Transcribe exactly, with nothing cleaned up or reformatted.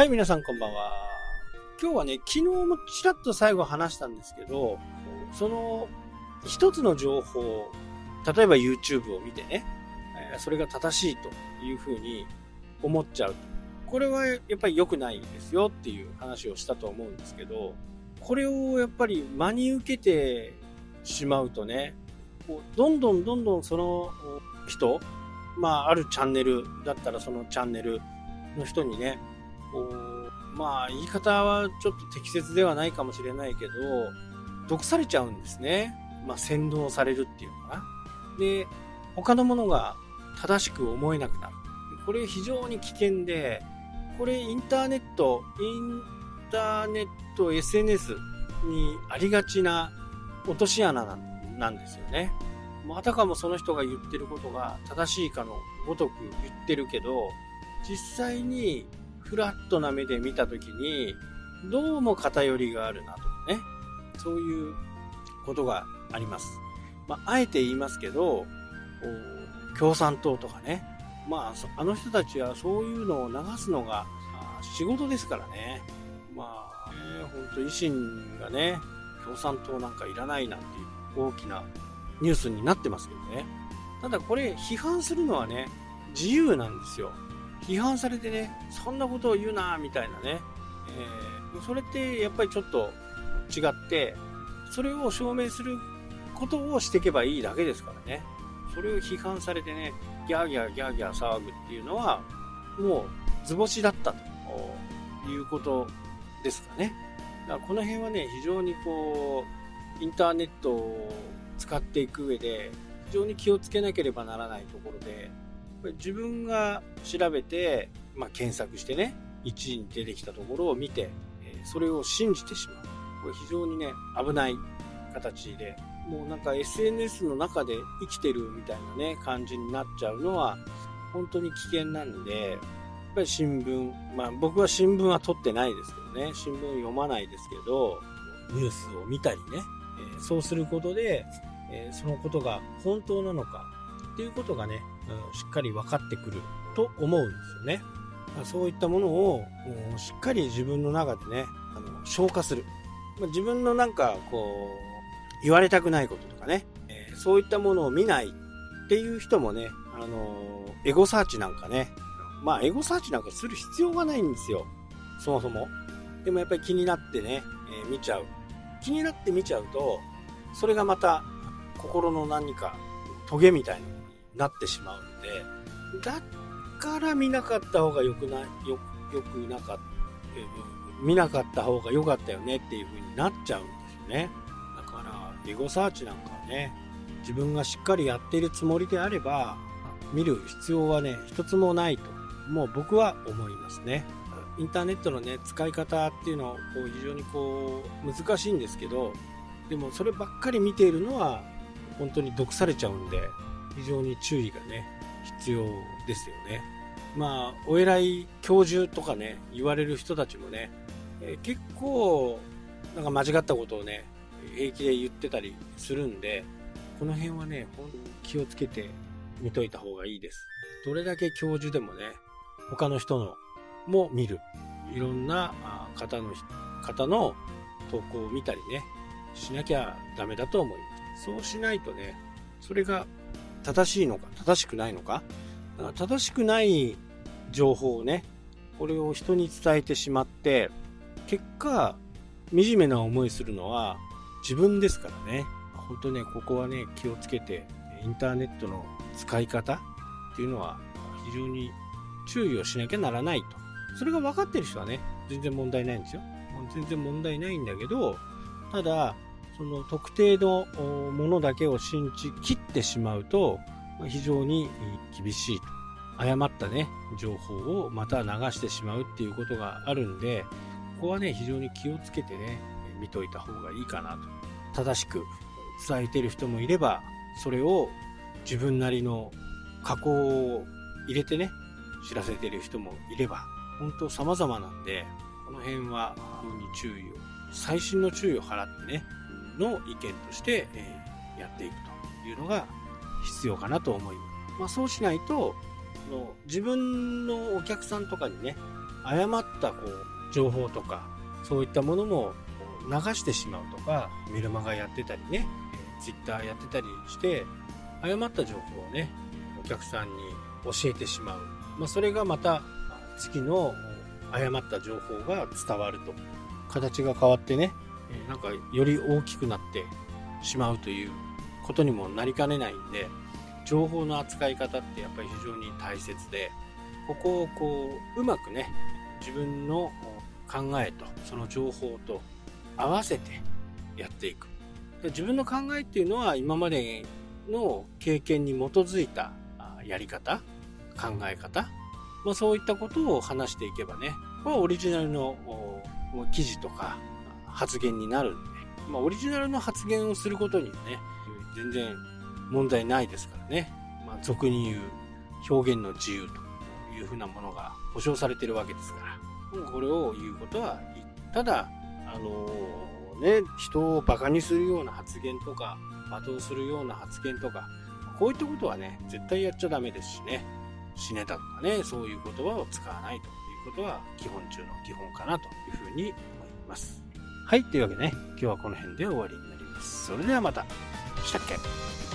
はい、皆さんこんばんは。今日はね、昨日もちらっと最後話したんですけど、その一つの情報、例えば YouTube を見てね、それが正しいというふうに思っちゃう。これはやっぱり良くないですよっていう話をしたと思うんですけど、これをやっぱり真に受けてしまうとね、こうどんどんどんどんその人、まああるチャンネルだったらそのチャンネルの人にね、こうまあ言い方はちょっと適切ではないかもしれないけど、毒されちゃうんですね。まあ洗脳されるっていうのかな。で、他のものが正しく思えなくなる。これ非常に危険で、これインターネット、インターネット エスエヌエス にありがちな落とし穴なんですよね。あたかもその人が言ってることが正しいかのごとく言ってるけど、実際にフラットな目で見たときにどうも偏りがあるなとかね、そういうことがあります。まあ、あえて言いますけど、共産党とかね、まあ、あの人たちはそういうのを流すのが仕事ですからね。まあ、ね、本当維新がね、共産党なんかいらないなんていう大きなニュースになってますけどね。ただこれ批判するのはね、自由なんですよ。批判されてね、そんなことを言うなみたいなね、えー、それってやっぱりちょっと違って、それを証明することをしていけばいいだけですからね。それを批判されてね、ギャーギャーギャーギャー騒ぐっていうのはもう図星だったということですかね。だからこの辺はね、非常にこうインターネットを使っていく上で非常に気をつけなければならないところで、自分が調べて、まあ、検索してね、いちいに出てきたところを見て、それを信じてしまう。これ非常にね、危ない形で、もうなんか エスエヌエス の中で生きてるみたいなね、感じになっちゃうのは本当に危険なんで、やっぱり新聞、まあ僕は新聞は取ってないですけどね、新聞読まないですけど、ニュースを見たりね、えー、そうすることで、えー、そのことが本当なのかっていうことがね、うん、しっかり分かってくると思うんですよね。そういったものをしっかり自分の中でね、あの消化する。自分のなんかこう言われたくないこととかね、えー、そういったものを見ないっていう人もね、あのー、エゴサーチなんかね、まあエゴサーチなんかする必要がないんですよ、そもそも。でもやっぱり気になってね、えー、見ちゃう。気になって見ちゃうと、それがまた心の何かトゲみたいになってしまうんで、だから見なかった方がよくない、よ、よくなかった、えー、見なかった方が良かったよねっていう風になっちゃうんですよね。だからエゴサーチなんかはね、自分がしっかりやっているつもりであれば見る必要はね一つもないと、もう僕は思いますね。インターネットのね使い方っていうのをこう非常にこう難しいんですけど、でもそればっかり見ているのは本当に毒されちゃうんで、非常に注意がね必要ですよね。まあお偉い教授とかね言われる人たちもね、えー、結構なんか間違ったことをね平気で言ってたりするんで、この辺はね本当に気をつけて見といた方がいいです。どれだけ教授でもね、他の人のも見る、いろんな方の方の投稿を見たりねしなきゃダメだと思います。そうしないとね、それが正しいのか正しくないのか、だから正しくない情報をね、これを人に伝えてしまって、結果惨めな思いするのは自分ですからね。本当ね、ここはね気をつけて、インターネットの使い方っていうのは非常に注意をしなきゃならないと。それが分かってる人はね全然問題ないんですよ。全然問題ないんだけど、ただその特定のものだけを信じきってしまうと非常に厳しいと。誤ったね情報をまた流してしまうっていうことがあるんで、ここはね非常に気をつけてね見といた方がいいかなと。正しく伝えている人もいれば、それを自分なりの加工を入れてね知らせている人もいれば、本当様々なんで、この辺は非常に注意を、細心の注意を払ってねの意見として、えー、やっていくというのが必要かなと思います。まあ、そうしないとの自分のお客さんとかにね誤ったこう情報とかそういったものも流してしまうとか、メルマガやってたりね、ツイッターやってたりして誤った情報をねお客さんに教えてしまう、まあ、それがまた次の誤った情報が伝わると形が変わってね、なんかより大きくなってしまうということにもなりかねないんで、情報の扱い方ってやっぱり非常に大切で、ここをこううまくね自分の考えとその情報と合わせてやっていく。自分の考えっていうのは今までの経験に基づいたやり方、考え方、まあ、そういったことを話していけばね、まあ、オリジナルの記事とか発言になるんで、まあ、オリジナルの発言をすることにはね全然問題ないですからね、まあ、俗に言う表現の自由というふうなものが保障されているわけですから、これを言うことはいい。ただあのー、ね人をバカにするような発言とか罵倒するような発言とか、こういったことはね絶対やっちゃダメですしね、死ねたとかね、そういう言葉を使わないということは基本中の基本かなというふうに思います。はい、というわけでね、今日はこの辺で終わりになります。それではまた。したっけ。